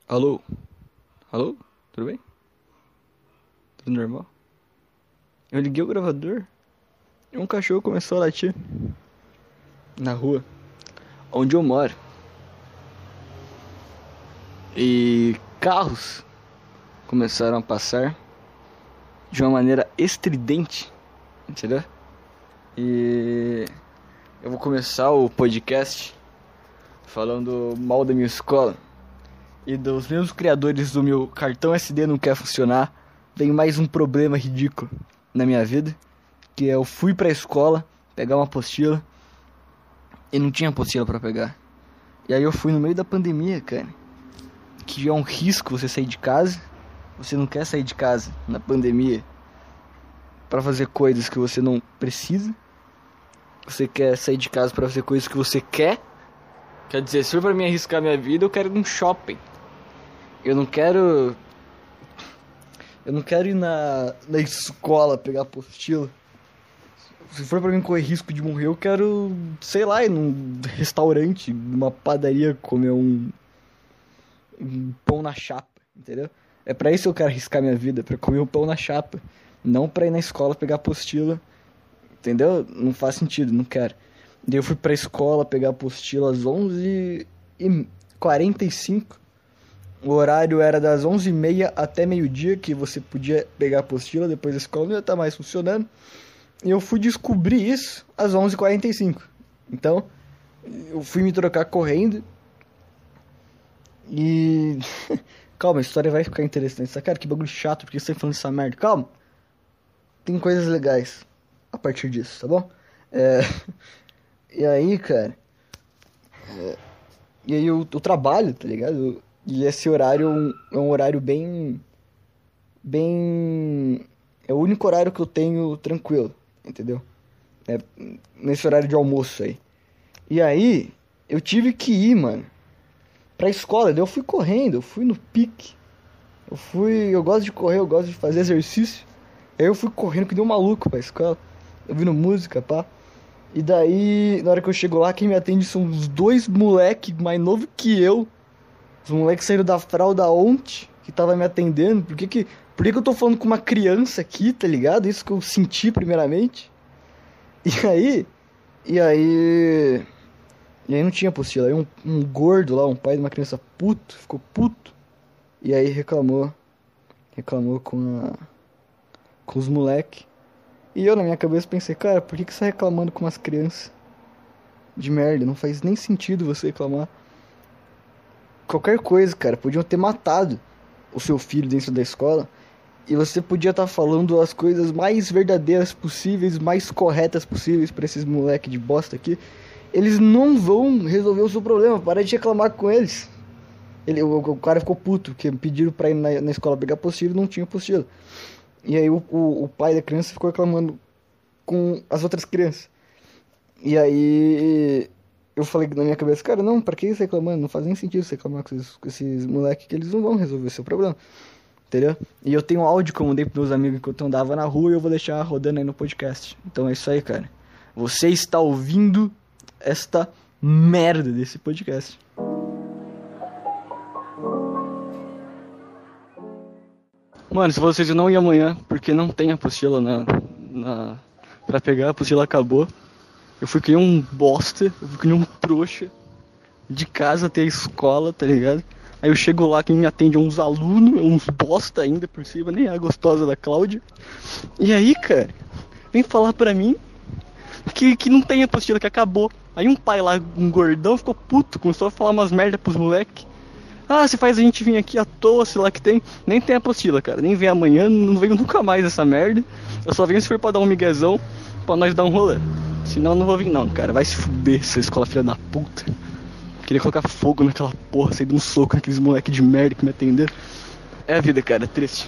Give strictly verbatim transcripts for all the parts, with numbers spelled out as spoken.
Alô? Alô? Tudo bem? Tudo normal? Eu liguei o gravador e um cachorro começou a latir na rua onde eu moro. E carros começaram a passar de uma maneira estridente, entendeu? E eu vou começar o podcast falando mal da minha escola. E dos mesmos criadores do meu cartão S D não quer funcionar. Vem mais um problema ridículo na minha vida, que é eu fui pra escola pegar uma apostila e não tinha apostila pra pegar. E aí eu fui no meio da pandemia, cara, que é um risco você sair de casa. Você não quer sair de casa na pandemia pra fazer coisas que você não precisa. Você quer sair de casa pra fazer coisas que você quer. Quer dizer, se for pra mim arriscar minha vida, eu quero ir num shopping. Eu não quero... Eu não quero ir na, na escola pegar apostila. Se for pra mim correr risco de morrer, eu quero, sei lá, ir num restaurante, numa padaria, comer um, um pão na chapa, entendeu? É pra isso que eu quero arriscar minha vida, pra comer um pão na chapa. Não pra ir na escola pegar apostila, entendeu? Não faz sentido, não quero. Daí eu fui pra escola pegar apostila às onze e quarenta e cinco. O horário era das onze e meia até meio-dia, que você podia pegar a apostila, depois a escola não ia estar mais funcionando. E eu fui descobrir isso às onze e quarenta e cinco. Então, eu fui me trocar correndo. E... Calma, a história vai ficar interessante. Cara, que bagulho chato, porque você tá falando essa merda. Calma. Tem coisas legais a partir disso, tá bom? É... E aí, cara... É... E aí eu, eu trabalho, tá ligado? E esse horário é um, é um horário bem... Bem... É o único horário que eu tenho tranquilo, entendeu? É nesse horário de almoço aí. E aí, eu tive que ir, mano, pra escola. Daí eu fui correndo, eu fui no pique. Eu fui... Eu gosto de correr, eu gosto de fazer exercício. Aí eu fui correndo que deu um maluco pra escola. Ouvindo música, pá. E daí, na hora que eu chego lá, quem me atende são uns dois moleque mais novo que eu. Os moleques saíram da fralda ontem, que tava me atendendo. Por que que, por que que eu tô falando com uma criança aqui, tá ligado? Isso que eu senti primeiramente. E aí... E aí... E aí não tinha apostila. Aí um, um gordo lá, um pai de uma criança puto, ficou puto. E aí reclamou. Reclamou com a... Com os moleques. E eu na minha cabeça pensei, cara, por que que você tá reclamando com umas crianças? De merda, não faz nem sentido você reclamar. Qualquer coisa, cara, podiam ter matado o seu filho dentro da escola. E você podia estar falando as coisas mais verdadeiras possíveis, mais corretas possíveis pra esses moleque de bosta aqui. Eles não vão resolver o seu problema, para de reclamar com eles. Ele, o, o cara ficou puto, porque pediram pra ir na, na escola pegar apostila e não tinha apostila. E aí o, o, o pai da criança ficou reclamando com as outras crianças. E aí eu falei na minha cabeça, cara, não, pra que isso reclamando? Não faz nem sentido você reclamar com esses, com esses moleques, que eles não vão resolver o seu problema. Entendeu? E eu tenho um áudio que eu mandei pros meus amigos enquanto eu andava na rua e eu vou deixar rodando aí no podcast. Então é isso aí, cara. Você está ouvindo esta merda desse podcast. Mano, se vocês não ir amanhã, porque não tem apostila na, na, pra pegar, a apostila acabou. Eu fui que nem um bosta, eu fui que nem um trouxa, de casa até a escola, tá ligado? Aí eu chego lá, quem me atende é uns alunos, uns bosta ainda por cima, nem a gostosa da Cláudia. E aí, cara, vem falar pra mim que, que não tem apostila, que acabou. Aí um pai lá, um gordão, ficou puto, começou a falar umas merda pros moleque. Ah, você faz a gente vir aqui à toa, sei lá que tem. Nem tem apostila, cara. Nem vem amanhã, não venho nunca mais essa merda. Eu só venho se for pra dar um miguezão, pra nós dar um rolê. Senão eu não vou vir não, cara. Vai se fuder, essa escola filha da puta. Queria colocar fogo naquela porra, sair de um soco naqueles moleque de merda que me atenderam. É a vida, cara, é triste.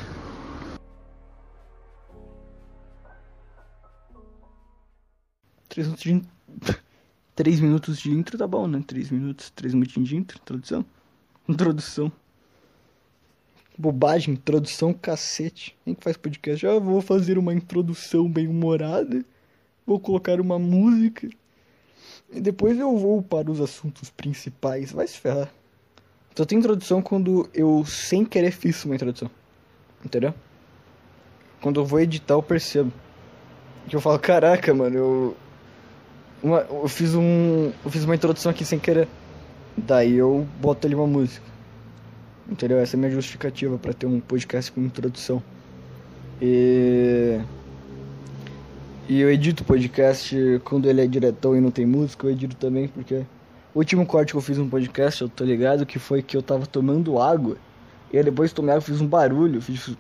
Três minutos de... Três minutos de intro tá bom, né? Três minutos, três minutinhos de intro, introdução. Introdução. Bobagem, introdução, cacete. Quem que faz podcast? Ah, vou fazer uma introdução bem humorada. Vou colocar uma música. E depois eu vou para os assuntos principais. Vai se ferrar. Só tem introdução quando eu, sem querer, fiz uma introdução. Entendeu? Quando eu vou editar, eu percebo. Que eu falo, caraca, mano, eu... Uma, eu fiz um... Eu fiz uma introdução aqui sem querer. Daí eu boto ali uma música. Entendeu? Essa é a minha justificativa pra ter um podcast com introdução. E... E eu edito o podcast quando ele é diretão e não tem música, eu edito também, porque... O último corte que eu fiz no podcast, eu tô ligado, que foi que eu tava tomando água. E aí depois de tomar água, eu fiz um barulho, eu fiz...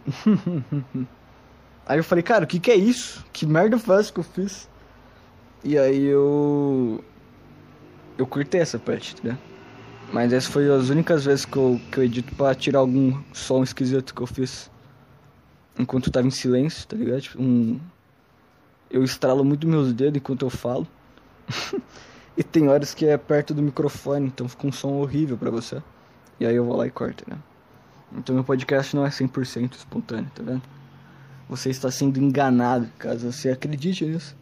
Aí eu falei, cara, o que que é isso? Que merda fácil que eu fiz? E aí eu... Eu curtei essa parte, tá ligado? Mas essas foram as únicas vezes que eu, que eu edito pra tirar algum som esquisito que eu fiz. Enquanto eu tava em silêncio, tá ligado? Tipo, um... Eu estralo muito meus dedos enquanto eu falo. E tem horas que é perto do microfone, então fica um som horrível pra você. E aí eu vou lá e corto, né? Então meu podcast não é cem por cento espontâneo, tá vendo? Você está sendo enganado, caso você acredite nisso.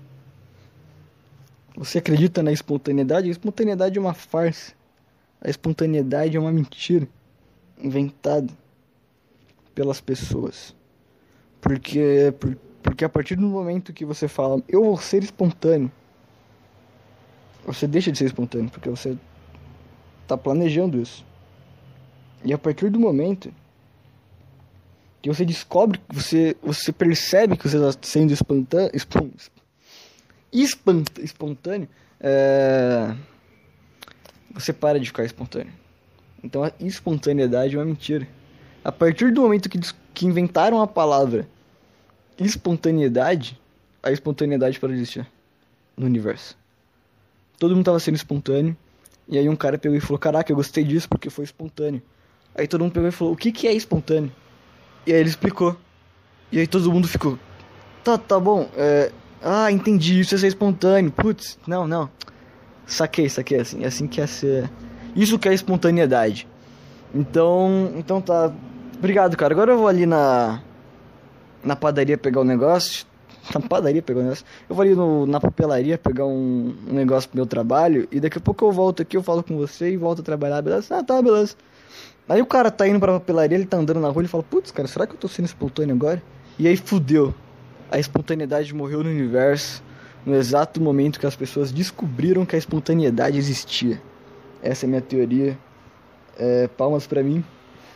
Você acredita na espontaneidade? A espontaneidade é uma farsa. A espontaneidade é uma mentira inventada pelas pessoas. Porque, por, porque a partir do momento que você fala, eu vou ser espontâneo, você deixa de ser espontâneo, porque você tá planejando isso. E a partir do momento que você descobre, que você, você percebe que você está sendo espontâneo, espon, espanta, espontâneo, é, você para de ficar espontâneo. Então a espontaneidade é uma mentira. A partir do momento que, que inventaram a palavra espontaneidade, a espontaneidade parou de existir no universo. Todo mundo tava sendo espontâneo. E aí um cara pegou e falou, caraca, eu gostei disso porque foi espontâneo. Aí todo mundo pegou e falou, o que que é espontâneo? E aí ele explicou. E aí todo mundo ficou, tá, tá bom, é... ah, entendi, isso é ser espontâneo. Putz, não, não. Saquei, saquei, assim, é assim que é ser... Isso que é espontaneidade. Então, então tá. Obrigado, cara. Agora eu vou ali na... Na padaria pegar o negócio. Na padaria pegar o negócio. Eu vou ali no, na papelaria pegar um, um negócio pro meu trabalho. E daqui a pouco eu volto aqui, eu falo com você e volto a trabalhar, beleza? Ah, tá, beleza. Aí o cara tá indo pra papelaria, ele tá andando na rua, ele fala, putz, cara, será que eu tô sendo espontâneo agora? E aí fudeu. A espontaneidade morreu no universo no exato momento que as pessoas descobriram que a espontaneidade existia. Essa é a minha teoria. É, palmas pra mim.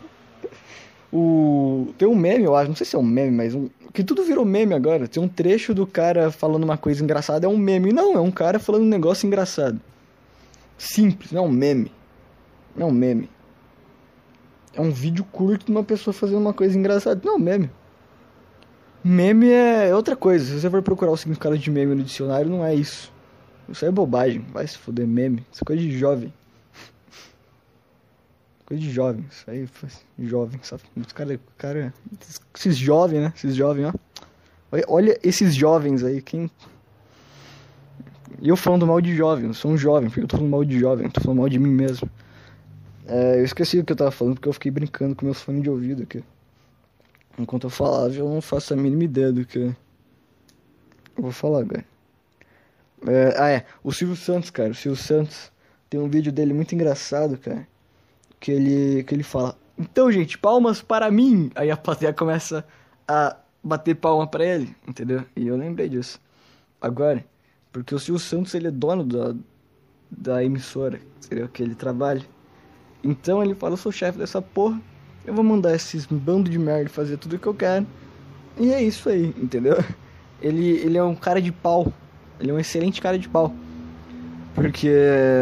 O... Tem um meme, eu acho, não sei se é um meme, mas um... que tudo virou meme agora. Tem um trecho do cara falando uma coisa engraçada, é um meme. Não, é um cara falando um negócio engraçado. Simples, não é um meme. Não é um meme. É um vídeo curto de uma pessoa fazendo uma coisa engraçada. Não, meme. Meme é outra coisa. Se você for procurar o significado de meme no dicionário, não é isso. Isso é bobagem. Vai se foder, meme. Isso é coisa de jovem. Coisa de jovem. Isso aí, jovem. Sabe? Os cara, cara, esses jovens, né? Esses jovens, ó. Olha, olha esses jovens aí. Quem... E eu falando mal de jovem. Eu sou um jovem. Porque eu tô falando mal de jovem. Eu tô falando mal de mim mesmo. É, eu esqueci o que eu tava falando porque eu fiquei brincando com meus fones de ouvido aqui. Enquanto eu falava, eu não faço a mínima ideia do que eu vou falar agora. É, ah, é. O Silvio Santos, cara. O Silvio Santos tem um vídeo dele muito engraçado, cara. Que ele, que ele fala, então, gente, palmas para mim. Aí a plateia começa a bater palma pra ele, entendeu? E eu lembrei disso agora. Porque o Silvio Santos, ele é dono da, da emissora, seria que ele trabalha. Então ele fala, eu sou chefe dessa porra, eu vou mandar esses bando de merda fazer tudo o que eu quero. E é isso aí, entendeu? Ele, ele é um cara de pau. Ele é um excelente cara de pau. Porque...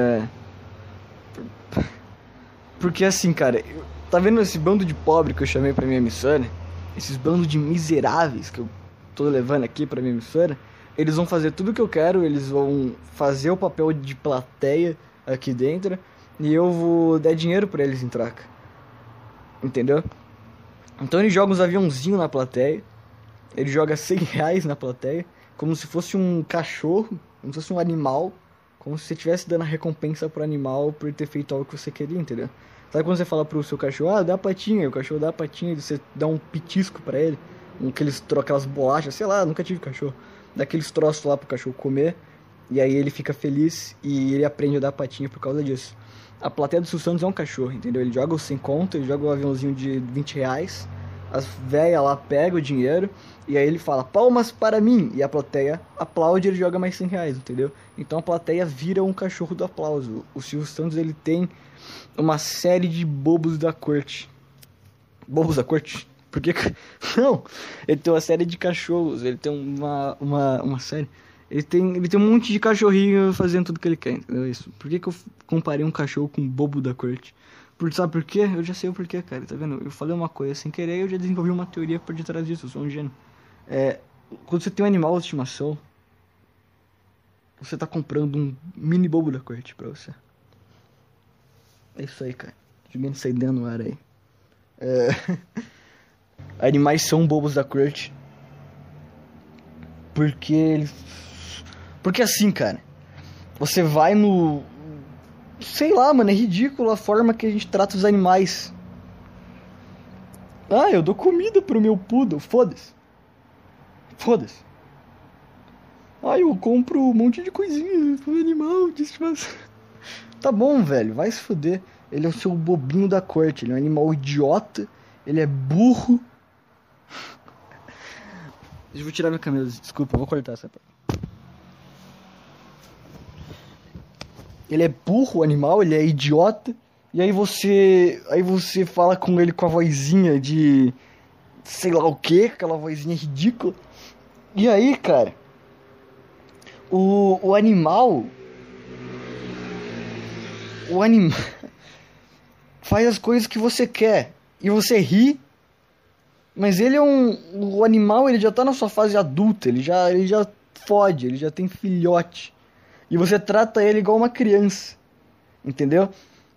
Porque assim, cara, eu, tá vendo esse bando de pobre que eu chamei pra minha emissora? Esses bandos de miseráveis que eu tô levando aqui pra minha emissora? Eles vão fazer tudo o que eu quero, eles vão fazer o papel de plateia aqui dentro... E eu vou dar dinheiro pra eles em troca. Entendeu? Então ele joga uns aviãozinhos na plateia. Ele joga cem reais na plateia. Como se fosse um cachorro. Como se fosse um animal. Como se você estivesse dando a recompensa pro animal por ter feito algo que você queria, entendeu? Sabe quando você fala pro seu cachorro, ah, dá a patinha. E o cachorro dá a patinha e você dá um pitisco pra ele. Um, aqueles, aquelas bolachas, sei lá, nunca tive cachorro. Dá aqueles troços lá pro cachorro comer. E aí ele fica feliz e ele aprende a dar a patinha por causa disso. A plateia do Silvio Santos é um cachorro, entendeu? Ele joga o sem conto, ele joga o aviãozinho de vinte reais, as velhas lá pegam o dinheiro, e aí ele fala, palmas para mim, e a plateia aplaude e ele joga mais cem reais, entendeu? Então a plateia vira um cachorro do aplauso. O Silvio Santos, ele tem uma série de bobos da corte. Bobos da corte? Por que... Não, ele tem uma série de cachorros, ele tem uma, uma, uma série... Ele tem, ele tem um monte de cachorrinho fazendo tudo que ele quer, entendeu? Isso. Por que que eu comparei um cachorro com um bobo da corte? Por, sabe por quê? Eu já sei o porquê, cara, tá vendo? Eu falei uma coisa sem querer e eu já desenvolvi uma teoria por detrás disso, eu sou um gênio. É, quando você tem um animal de estimação, você tá comprando um mini bobo da corte pra você. É isso aí, cara. Jogando isso aí dentro no ar aí. É... Animais são bobos da corte. Porque eles... Porque assim, cara, você vai no... Sei lá, mano, é ridículo a forma que a gente trata os animais. Ah, eu dou comida pro meu poodle, foda-se. Foda-se. Ah, eu compro um monte de coisinha pro animal de estimação. Tá bom, velho, vai se fuder. Ele é o seu bobinho da corte, ele é um animal idiota, ele é burro. Eu vou tirar minha camisa, desculpa, eu vou cortar essa parte. Ele é burro, o animal, ele é idiota. E aí você. Aí você fala com ele com a vozinha de. Sei lá o que, aquela vozinha ridícula. E aí, cara. O, o animal. O animal. Faz as coisas que você quer. E você ri. Mas ele é um. O animal, ele já tá na sua fase adulta. Ele já, ele já fode, ele já tem filhote. E você trata ele igual uma criança. Entendeu?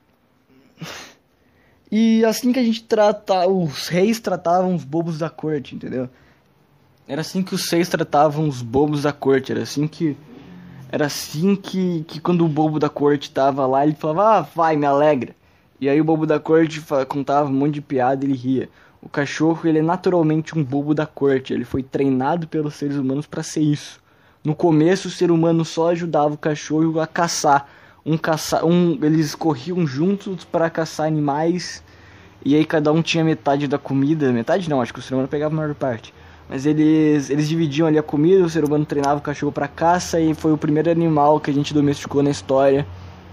E assim que a gente trata... Os reis tratavam os bobos da corte, entendeu? Era assim que os reis tratavam os bobos da corte. Era assim que... Era assim que, que quando o bobo da corte tava lá, ele falava... Ah, vai, me alegra. E aí o bobo da corte contava um monte de piada e ele ria. O cachorro, ele é naturalmente um bobo da corte. Ele foi treinado pelos seres humanos pra ser isso. No começo, o ser humano só ajudava o cachorro a caçar. Um caça... um... Eles corriam juntos para caçar animais. E aí cada um tinha metade da comida. Metade não, acho que o ser humano pegava a maior parte. Mas eles, eles dividiam ali a comida. O ser humano treinava o cachorro para caça. E foi o primeiro animal que a gente domesticou na história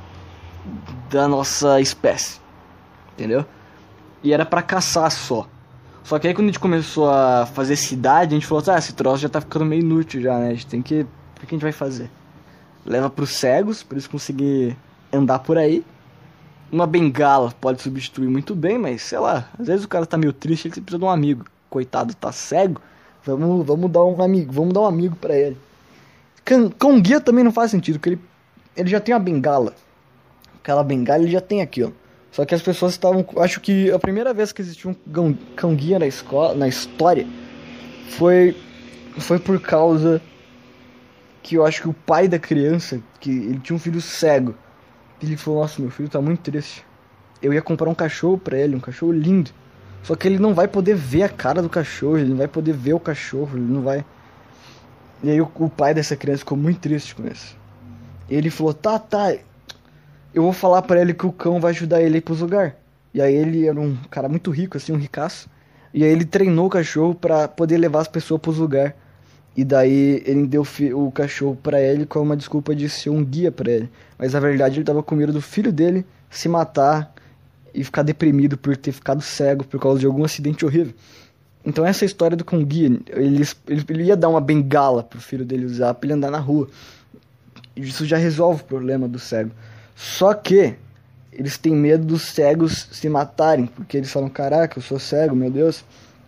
da nossa espécie. Entendeu? E era para caçar só. Só que aí quando a gente começou a fazer cidade, a gente falou, ah, esse troço já tá ficando meio inútil já, né? A gente tem que... O que a gente vai fazer? Leva pros cegos, pra eles conseguirem andar por aí. Uma bengala pode substituir muito bem, mas sei lá, às vezes o cara tá meio triste, ele precisa de um amigo. Coitado, tá cego. Vamos, vamos dar um amigo, vamos dar um amigo pra ele. Com, com guia também não faz sentido, porque ele, ele já tem uma bengala. Aquela bengala ele já tem aqui, ó. Só que as pessoas estavam... Acho que a primeira vez que existiu um cão-guia na, escola, na história foi, foi por causa que eu acho que o pai da criança, que ele tinha um filho cego. Ele falou, nossa, meu filho tá muito triste. Eu ia comprar um cachorro pra ele, um cachorro lindo. Só que ele não vai poder ver a cara do cachorro, ele não vai poder ver o cachorro, ele não vai... E aí o, o pai dessa criança ficou muito triste com isso. Ele falou, tá, tá... Eu vou falar pra ele que o cão vai ajudar ele a ir pros lugares. E aí ele era um cara muito rico, assim, um ricaço. E aí ele treinou o cachorro pra poder levar as pessoas pros lugares. E daí ele deu o cachorro pra ele com uma desculpa de ser um guia pra ele. Mas na verdade ele tava com medo do filho dele se matar e ficar deprimido por ter ficado cego por causa de algum acidente horrível. Então essa é a história do cão guia. Ele, ele, ele ia dar uma bengala pro filho dele usar pra ele andar na rua. Isso já resolve o problema do cego. Só que eles têm medo dos cegos se matarem, porque eles falam, caraca, eu sou cego, meu Deus.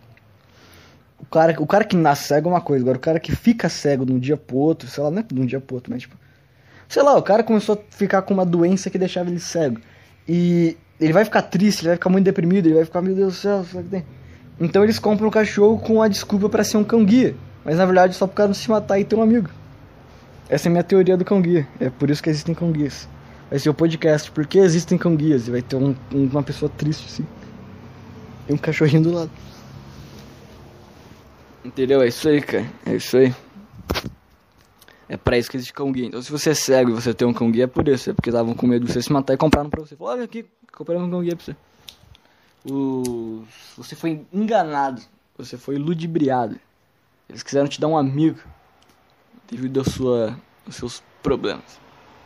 O cara, o cara que nasce cego é uma coisa, agora o cara que fica cego de um dia pro outro, sei lá, não é de um dia pro outro, mas tipo... Sei lá, o cara começou a ficar com uma doença que deixava ele cego. E ele vai ficar triste, ele vai ficar muito deprimido, ele vai ficar, meu Deus do céu, será que tem? Então eles compram um cachorro com a desculpa pra ser um cão-guia. Mas na verdade só pro cara não se matar e ter um amigo. Essa é a minha teoria do cão-guia, é por isso que existem cão-guias. Vai ser o podcast, por que existem cão-guias? E vai ter um, uma pessoa triste, assim. E um cachorrinho do lado. Entendeu? É isso aí, cara. É isso aí. É pra isso que existe cão guia. Então se você é cego e você tem um cão guia, é por isso. É porque estavam com medo de você se matar e compraram pra você. Falaram, olha aqui, compraram um cão guia pra você. O... Você foi enganado. Você foi ludibriado. Eles quiseram te dar um amigo devido à sua, aos seus problemas.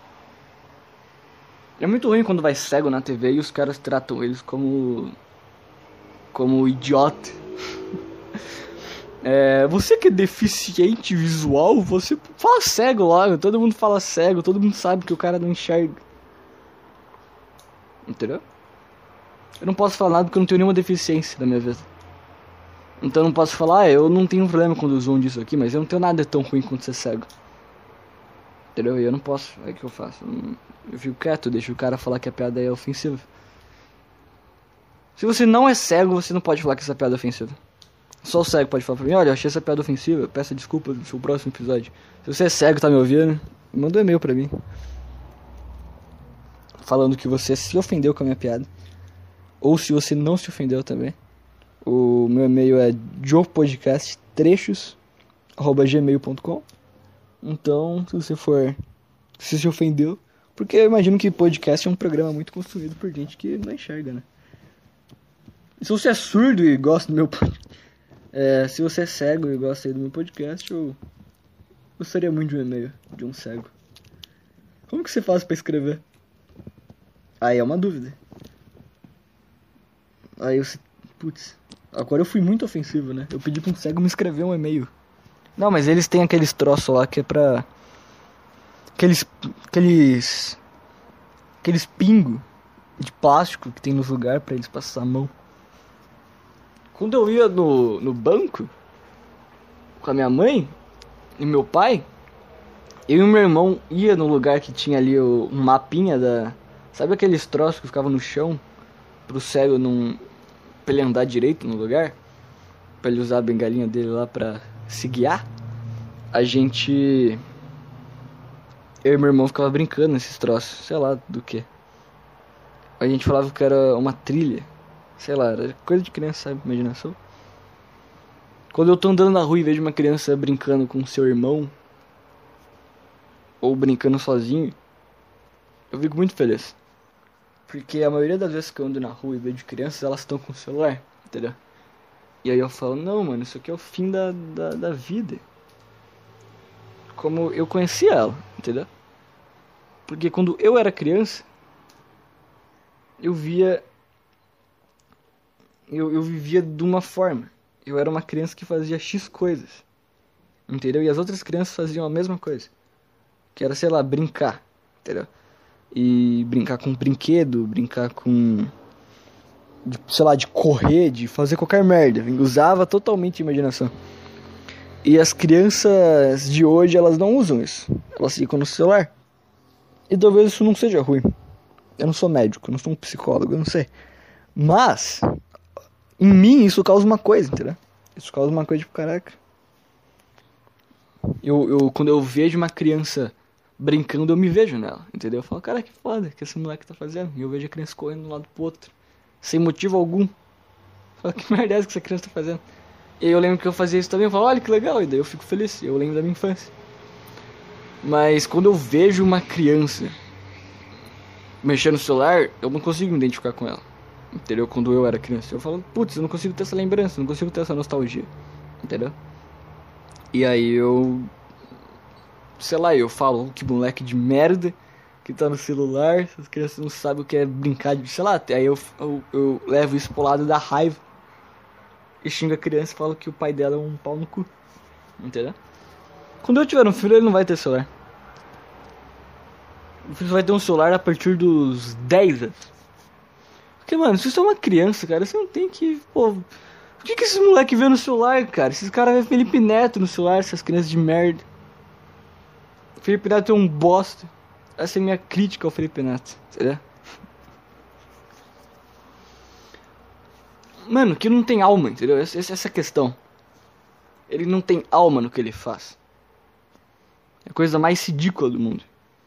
É muito ruim quando vai cego na T V e os caras tratam eles como... Como idiota. É, você que é deficiente visual, você fala cego logo. Todo mundo fala cego, todo mundo sabe que o cara não enxerga. Entendeu? Eu não posso falar nada porque eu não tenho nenhuma deficiência na minha vida. Então eu não posso falar, ah, eu não tenho problema quando usam disso aqui, mas eu não tenho nada tão ruim quanto ser cego. Entendeu? E eu não posso, é o que eu faço. Eu fico quieto, deixo o cara falar que a piada é ofensiva. Se você não é cego, você não pode falar que essa piada é ofensiva. Só o cego pode falar pra mim, olha, eu achei essa piada ofensiva, peça desculpa no seu próximo episódio. Se você é cego e tá me ouvindo, manda um e-mail pra mim. Falando que você se ofendeu com a minha piada. Ou se você não se ofendeu também. O meu e-mail é jopodcasttrechos arroba gmail ponto com. Então, se você for... Se se ofendeu... Porque eu imagino que podcast é um programa muito consumido por gente que não enxerga, né? Se você é surdo e gosta do meu podcast... É, se você é cego e gosta aí do meu podcast, eu gostaria muito de um e-mail de um cego. Como que você faz pra escrever? Aí é uma dúvida. Aí você... Putz, agora eu fui muito ofensivo, né? Eu pedi pra um cego me escrever um e-mail. Não, mas eles têm aqueles troços lá que é pra... Aqueles... Aqueles... Aqueles pingos de plástico que tem nos lugares pra eles passar a mão. Quando eu ia no, no banco com a minha mãe e meu pai, eu e o meu irmão ia no lugar que tinha ali o um mapinha da... Sabe aqueles troços que ficavam no chão pro cego não... Pra ele andar direito no lugar? Pra ele usar a bengalinha dele lá pra se guiar? A gente... Eu e meu irmão ficava brincando nesses troços, sei lá do que. A gente falava que era uma trilha. Sei lá, era coisa de criança, sabe? Imaginação. Quando eu tô andando na rua e vejo uma criança brincando com seu irmão, ou brincando sozinho, eu fico muito feliz. Porque a maioria das vezes que eu ando na rua e vejo crianças, elas estão com o celular, entendeu? E aí eu falo, não, mano, isso aqui é o fim da, da, da vida. Como eu conheci ela, entendeu? Porque quando eu era criança, eu via... Eu, eu vivia de uma forma. Eu era uma criança que fazia X coisas. Entendeu? E as outras crianças faziam a mesma coisa. Que era, sei lá, brincar. Entendeu? E brincar com brinquedo, brincar com... De, sei lá, de correr, de fazer qualquer merda. Usava totalmente a imaginação. E as crianças de hoje, elas não usam isso. Elas ficam no celular. E talvez isso não seja ruim. Eu não sou médico, eu não sou um psicólogo, eu não sei. Mas... Em mim isso causa uma coisa, entendeu? Isso causa uma coisa tipo, caraca. Eu, eu, quando eu vejo uma criança brincando, eu me vejo nela, entendeu? Eu falo, cara, que foda que esse moleque tá fazendo. E eu vejo a criança correndo de um lado pro outro, sem motivo algum. Eu falo, que merda é essa que essa criança tá fazendo? E aí eu lembro que eu fazia isso também, eu falo, olha que legal. E daí eu fico feliz, eu lembro da minha infância. Mas quando eu vejo uma criança mexendo no celular, eu não consigo me identificar com ela. Entendeu? Quando eu era criança, eu falo, putz, eu não consigo ter essa lembrança, não consigo ter essa nostalgia. Entendeu? E aí eu... Sei lá, eu falo, que moleque de merda que tá no celular, as crianças não sabem o que é brincar de... Sei lá, aí eu, eu, eu levo isso pro lado da raiva e xingo a criança e falo que o pai dela é um pau no cu. Entendeu? Quando eu tiver um filho, ele não vai ter celular. O filho vai ter um celular a partir dos dez anos. Porque, mano, se você é uma criança, cara, você não tem que... Pô, o que que esses moleques vê no celular, cara? Esses caras vê Felipe Neto no celular, essas crianças de merda. Felipe Neto é um bosta. Essa é a minha crítica ao Felipe Neto, entendeu? Mano, que não tem alma, entendeu? Essa, essa é a questão. Ele não tem alma no que ele faz. É a coisa mais ridícula do mundo.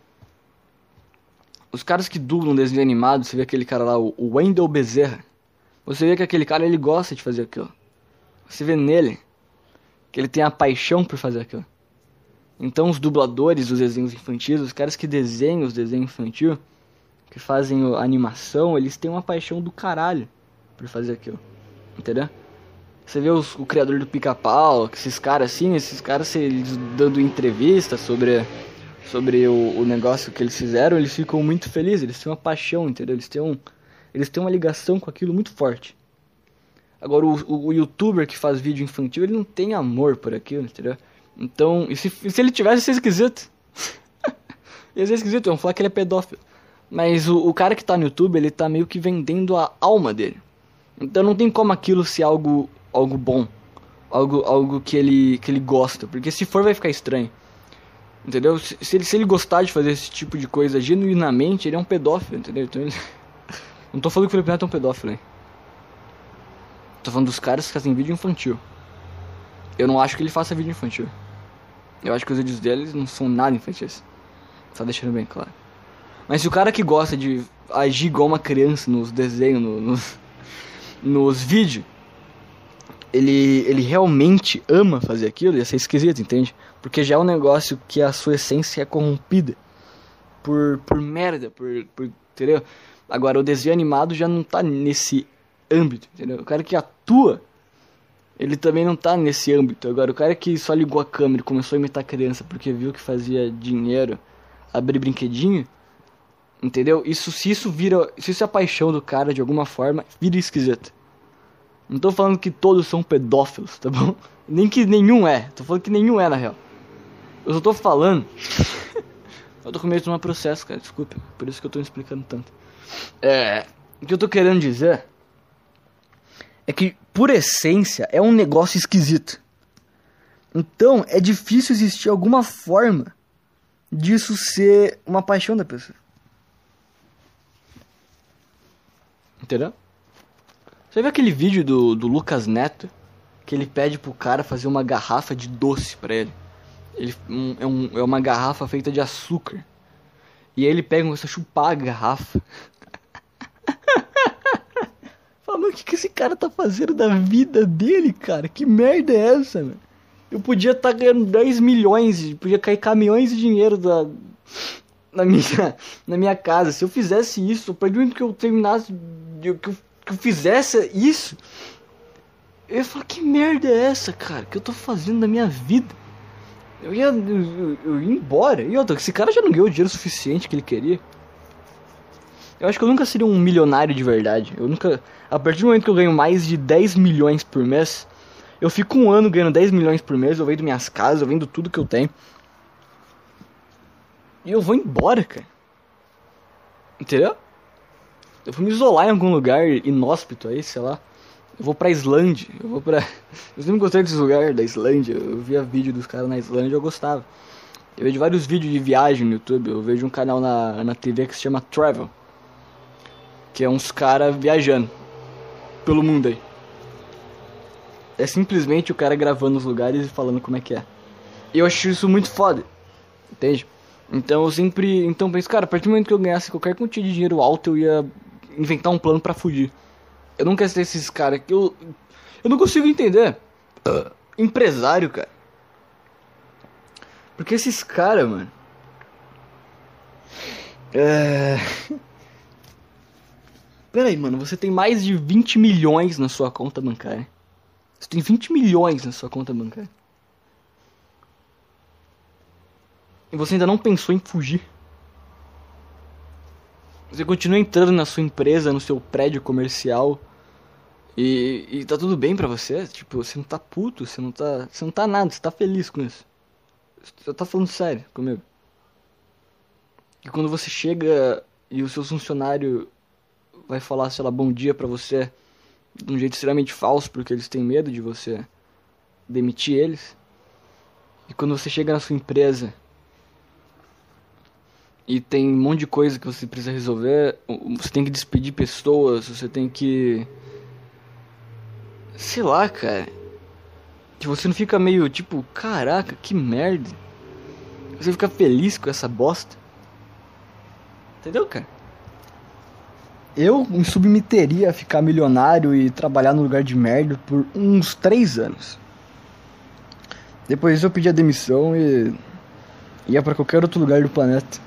Os caras que dublam desenho animado, você vê aquele cara lá, o Wendell Bezerra. Você vê que aquele cara, ele gosta de fazer aquilo. Você vê nele que ele tem a paixão por fazer aquilo. Então os dubladores dos desenhos infantis, os caras que desenham os desenhos infantis, que fazem a animação, eles têm uma paixão do caralho por fazer aquilo, entendeu? Você vê os, o criador do Pica-Pau, esses caras assim, esses caras eles dando entrevista sobre, sobre o, o negócio que eles fizeram, eles ficam muito felizes, eles têm uma paixão, entendeu? Eles têm, um, eles têm uma ligação com aquilo muito forte. Agora o, o, o youtuber que faz vídeo infantil, ele não tem amor por aquilo, entendeu? Então, e se, e se ele tivesse, ia ser esquisito. Ia ser esquisito, vamos falar que ele é pedófilo. Mas o, o cara que tá no YouTube, ele tá meio que vendendo a alma dele. Então não tem como aquilo ser algo, algo bom. Algo, algo que, ele, que ele gosta. Porque se for, vai ficar estranho. Entendeu? Se, se, ele, se ele gostar de fazer esse tipo de coisa genuinamente, ele é um pedófilo, entendeu? Então ele... Não tô falando que o Felipe Neto é um pedófilo, hein? Tô falando dos caras que fazem vídeo infantil. Eu não acho que ele faça vídeo infantil. Eu acho que os vídeos deles não são nada infantis. Só deixando bem claro. Mas se o cara que gosta de agir igual uma criança nos desenhos, no, nos, nos vídeos, ele, ele realmente ama fazer aquilo, ia ser esquisito, entende? Porque já é um negócio que a sua essência é corrompida por, por merda, por, por, entendeu? Agora o desenho animado já não tá nesse âmbito, entendeu? O cara que atua, ele também não tá nesse âmbito. Agora o cara que só ligou a câmera e começou a imitar criança porque viu que fazia dinheiro, abrir brinquedinho, entendeu? Isso, se isso vira, se isso é a paixão do cara de alguma forma, vira esquisito. Não tô falando que todos são pedófilos, tá bom? Nem que nenhum é, tô falando que nenhum é na real. Eu só tô falando. Eu tô com medo de tomar processo, cara, desculpa. Por isso que eu tô me explicando tanto. É, o que eu tô querendo dizer é que, por essência, é um negócio esquisito. Então, é difícil existir alguma forma disso ser uma paixão da pessoa. Entendeu? Você viu aquele vídeo do, do Lucas Neto? Que ele pede pro cara fazer uma garrafa de doce pra ele. Ele um, é, um, é uma garrafa feita de açúcar. E aí ele pega e começa a chupar a garrafa. Fala, mano, o que, que esse cara tá fazendo da vida dele, cara? Que merda é essa, mano? Eu podia estar tá ganhando dez milhões, podia cair caminhões de dinheiro da, na, minha, na minha casa. Se eu fizesse isso, a partir do momento que eu terminasse, que eu, que eu fizesse isso, eu ia falar, que merda é essa, cara? Que eu tô fazendo da minha vida? Eu ia, eu, eu, eu ia embora. E outra, esse cara já não ganhou o dinheiro suficiente que ele queria. Eu acho que eu nunca seria um milionário de verdade. Eu nunca... A partir do momento que eu ganho mais de dez milhões por mês, eu fico um ano ganhando dez milhões por mês, eu vendo minhas casas, eu vendo tudo que eu tenho. E eu vou embora, cara. Entendeu? Eu vou me isolar em algum lugar inóspito aí, sei lá. Eu vou pra Islândia, eu vou pra... Eu sempre gostei desse lugar, da Islândia. Eu via vídeo dos caras na Islândia, eu gostava. Eu vejo vários vídeos de viagem no YouTube. Eu vejo um canal na, na T V que se chama Travel, que é uns caras viajando pelo mundo aí. É simplesmente o cara gravando os lugares e falando como é que é. E eu acho isso muito foda, entende? Então eu sempre... Então eu penso, cara, a partir do momento que eu ganhasse qualquer quantia de dinheiro alto, eu ia inventar um plano pra fugir. Eu não quero ser esses caras que eu... Eu não consigo entender. Uh, empresário, cara. Porque esses caras, mano... É... Pera aí, mano. Você tem mais de vinte milhões na sua conta bancária. Você tem vinte milhões na sua conta bancária. E você ainda não pensou em fugir. Você continua entrando na sua empresa, no seu prédio comercial. E, e tá tudo bem pra você. Tipo, você não tá puto, você não tá... Você não tá nada, você tá feliz com isso. Você tá falando sério comigo. E quando você chega e o seu funcionário vai falar, sei lá, bom dia pra você de um jeito extremamente falso, porque eles têm medo de você demitir eles. E quando você chega na sua empresa e tem um monte de coisa que você precisa resolver, você tem que despedir pessoas, você tem que... Sei lá, cara. Que você não fica meio tipo, caraca, que merda. Você fica feliz com essa bosta. Entendeu, cara? Eu me submeteria a ficar milionário e trabalhar num lugar de merda por uns três anos. Depois eu pedi a demissão e ia pra qualquer outro lugar do planeta.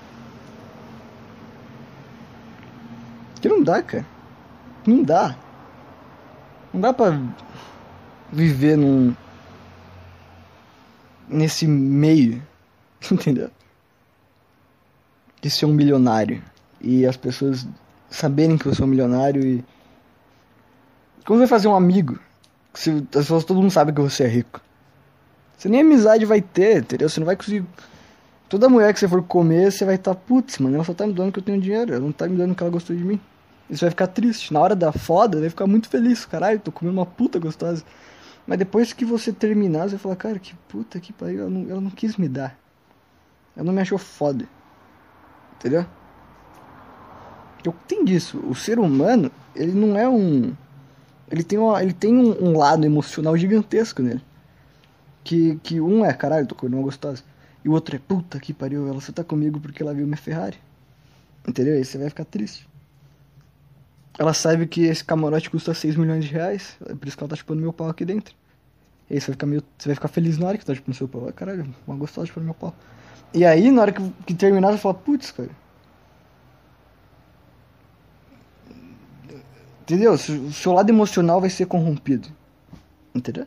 Que não dá, cara. Não dá. Não dá pra viver num... nesse meio, entendeu? De ser um milionário. E as pessoas saberem que você é um milionário e... Como você vai fazer um amigo? Se as pessoas, todo mundo sabe que você é rico. Você nem amizade vai ter, entendeu? Você não vai conseguir... Toda mulher que você for comer, você vai estar... Tá, putz, mano, ela só tá me dando que eu tenho dinheiro. Ela não tá me dando que ela gostou de mim. E você vai ficar triste. Na hora da foda, vai ficar muito feliz. Caralho, tô comendo uma puta gostosa. Mas depois que você terminar, você vai falar... Cara, que puta que pariu. Ela não, ela não quis me dar. Ela não me achou foda. Entendeu? Eu tenho disso. O ser humano, ele não é um... Ele tem, uma, ele tem um, um lado emocional gigantesco nele. Que, que um é, caralho, tô comendo uma gostosa. E o outro é, puta que pariu, ela só tá comigo porque ela viu minha Ferrari. Entendeu? Aí você vai ficar triste. Ela sabe que esse camarote custa seis milhões de reais. É por isso que ela tá chupando meu pau aqui dentro. E aí você vai ficar, meio, você vai ficar feliz na hora que tá chupando seu pau. Caralho, uma gostosa chupando meu pau. E aí, na hora que, que terminar, você fala, putz, cara. Entendeu? O seu lado emocional vai ser corrompido. Entendeu?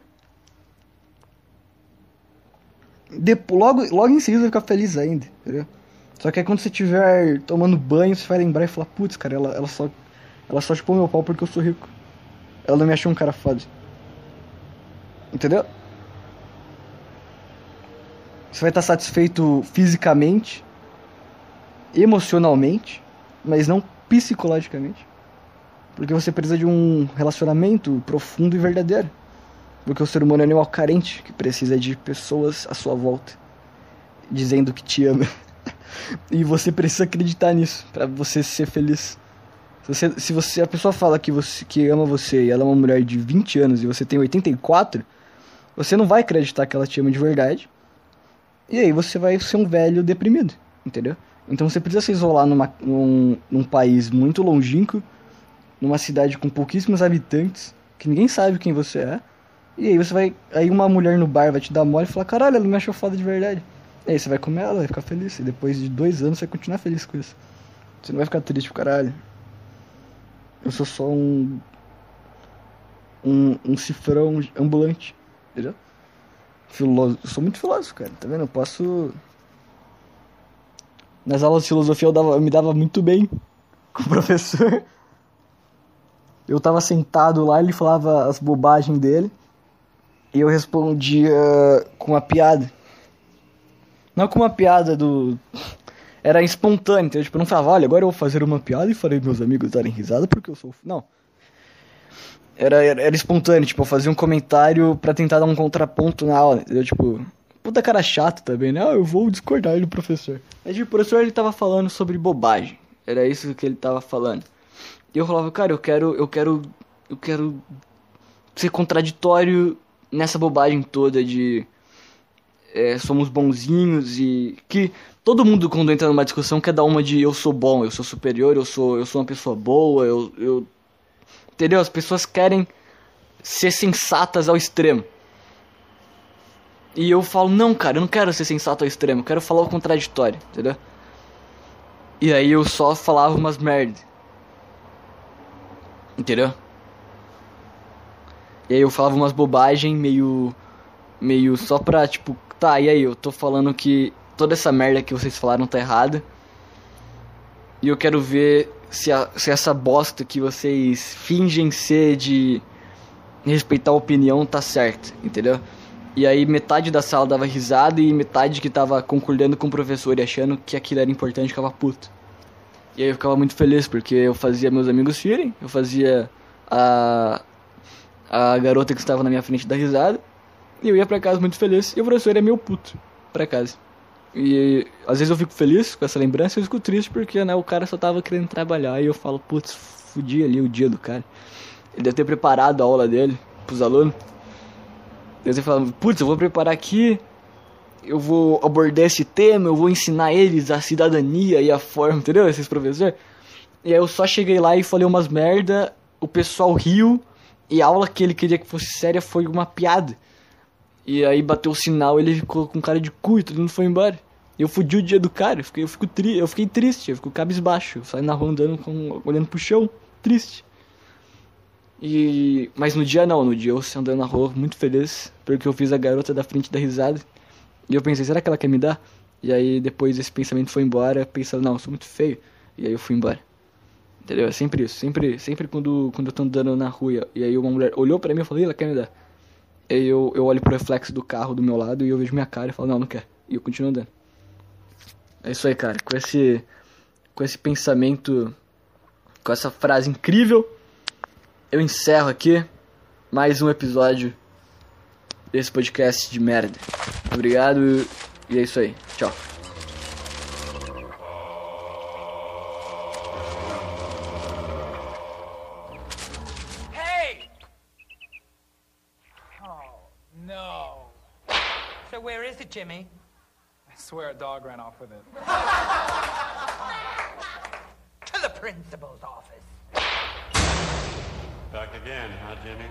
Depois, logo, logo em seguida você vai ficar feliz ainda. Entendeu? Só que aí quando você estiver tomando banho, você vai lembrar e falar, putz, cara, ela, ela só. Ela só chupou meu pau porque eu sou rico. Ela não me achou um cara foda. Entendeu? Você vai estar satisfeito fisicamente, emocionalmente, mas não psicologicamente. Porque você precisa de um relacionamento profundo e verdadeiro. Porque o ser humano é um animal carente, que precisa de pessoas à sua volta, dizendo que te ama. E você precisa acreditar nisso, pra você ser feliz. Se, você, se você, a pessoa fala que, você, que ama você e ela é uma mulher de vinte anos e você tem oitenta e quatro, você não vai acreditar que ela te ama de verdade. E aí você vai ser um velho deprimido, entendeu? Então você precisa se isolar numa, num, num país muito longínquo, numa cidade com pouquíssimos habitantes, que ninguém sabe quem você é. E aí você vai. Aí uma mulher no bar vai te dar mole e falar, caralho, ela me achou foda de verdade. E aí você vai comer ela, vai ficar feliz. E depois de dois anos você vai continuar feliz com isso. Você não vai ficar triste pro caralho. Eu sou só um. Um, um cifrão ambulante. Entendeu? Filósofo. Eu sou muito filósofo, cara. Tá vendo? Eu posso. Nas aulas de filosofia eu, dava, eu me dava muito bem com o professor. Eu tava sentado lá, ele falava as bobagens dele. E eu respondia com uma piada. Não com uma piada do... Era espontâneo, então, tipo, eu não falava, olha, agora eu vou fazer uma piada e farei meus amigos darem risada porque eu sou... Não. Era, era, era espontâneo, tipo, eu fazia um comentário pra tentar dar um contraponto na aula, entendeu? Tipo, puta cara chato também, né? Ah, eu vou discordar do professor. Aí, tipo, o professor, ele tava falando sobre bobagem. Era isso que ele tava falando. E eu falava, cara, eu quero, eu quero, eu quero ser contraditório nessa bobagem toda de é, somos bonzinhos e que todo mundo quando entra numa discussão quer dar uma de eu sou bom, eu sou superior, eu sou, eu sou uma pessoa boa, eu, eu... Entendeu? As pessoas querem ser sensatas ao extremo. E eu falo, não, cara, eu não quero ser sensato ao extremo, eu quero falar o contraditório, entendeu? E aí eu só falava umas merda. Entendeu? E aí eu falava umas bobagens meio... Meio só pra, tipo... Tá, e aí, eu tô falando que toda essa merda que vocês falaram tá errada. E eu quero ver se, a, se essa bosta que vocês fingem ser de respeitar a opinião tá certa, entendeu? E aí metade da sala dava risada e metade que tava concordando com o professor e achando que aquilo era importante ficava puto. E aí eu ficava muito feliz, porque eu fazia meus amigos rirem, eu fazia a, a garota que estava na minha frente dar risada, e eu ia pra casa muito feliz, e o professor era meio puto pra casa. E às vezes eu fico feliz com essa lembrança, e eu fico triste porque, né, o cara só tava querendo trabalhar, e eu falo, putz, fudi ali o dia do cara. Ele deve ter preparado a aula dele pros alunos. Daí você fala, putz, eu vou preparar aqui, eu vou abordar esse tema, eu vou ensinar eles a cidadania e a forma, entendeu? Esses professores. E aí eu só cheguei lá e falei umas merda, o pessoal riu, e a aula que ele queria que fosse séria foi uma piada. E aí bateu o sinal, ele ficou com cara de cu e todo mundo foi embora. Eu fudi o dia do cara, eu fiquei, eu fico tri, eu fiquei triste, eu fico cabisbaixo. Eu saio na rua andando, com, olhando pro chão, triste. E... Mas no dia não, no dia eu saio andando na rua muito feliz, porque eu fiz a garota da frente dar risada. E eu pensei, será que ela quer me dar? E aí depois esse pensamento foi embora, pensando, não, eu sou muito feio. E aí eu fui embora. Entendeu? É sempre isso, sempre, sempre quando, quando eu tô andando na rua e aí uma mulher olhou pra mim e falou, ela quer me dar. Aí eu, eu olho pro reflexo do carro do meu lado e eu vejo minha cara e falo, não, não quer. E eu continuo andando. É isso aí, cara. Com esse, com esse pensamento, com essa frase incrível, eu encerro aqui mais um episódio desse podcast de merda. Obrigado e é isso aí. Tchau. Hey! Oh, no. So where is it, Jimmy? I swear a dog ran off with it. To the principal's office. Back again, huh, Jimmy?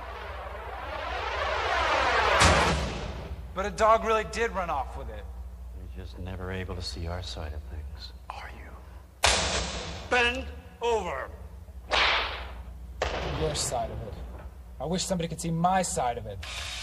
But a dog really did run off with it. You're just never able to see our side of things, are you? Bend over! Your side of it. I wish somebody could see my side of it.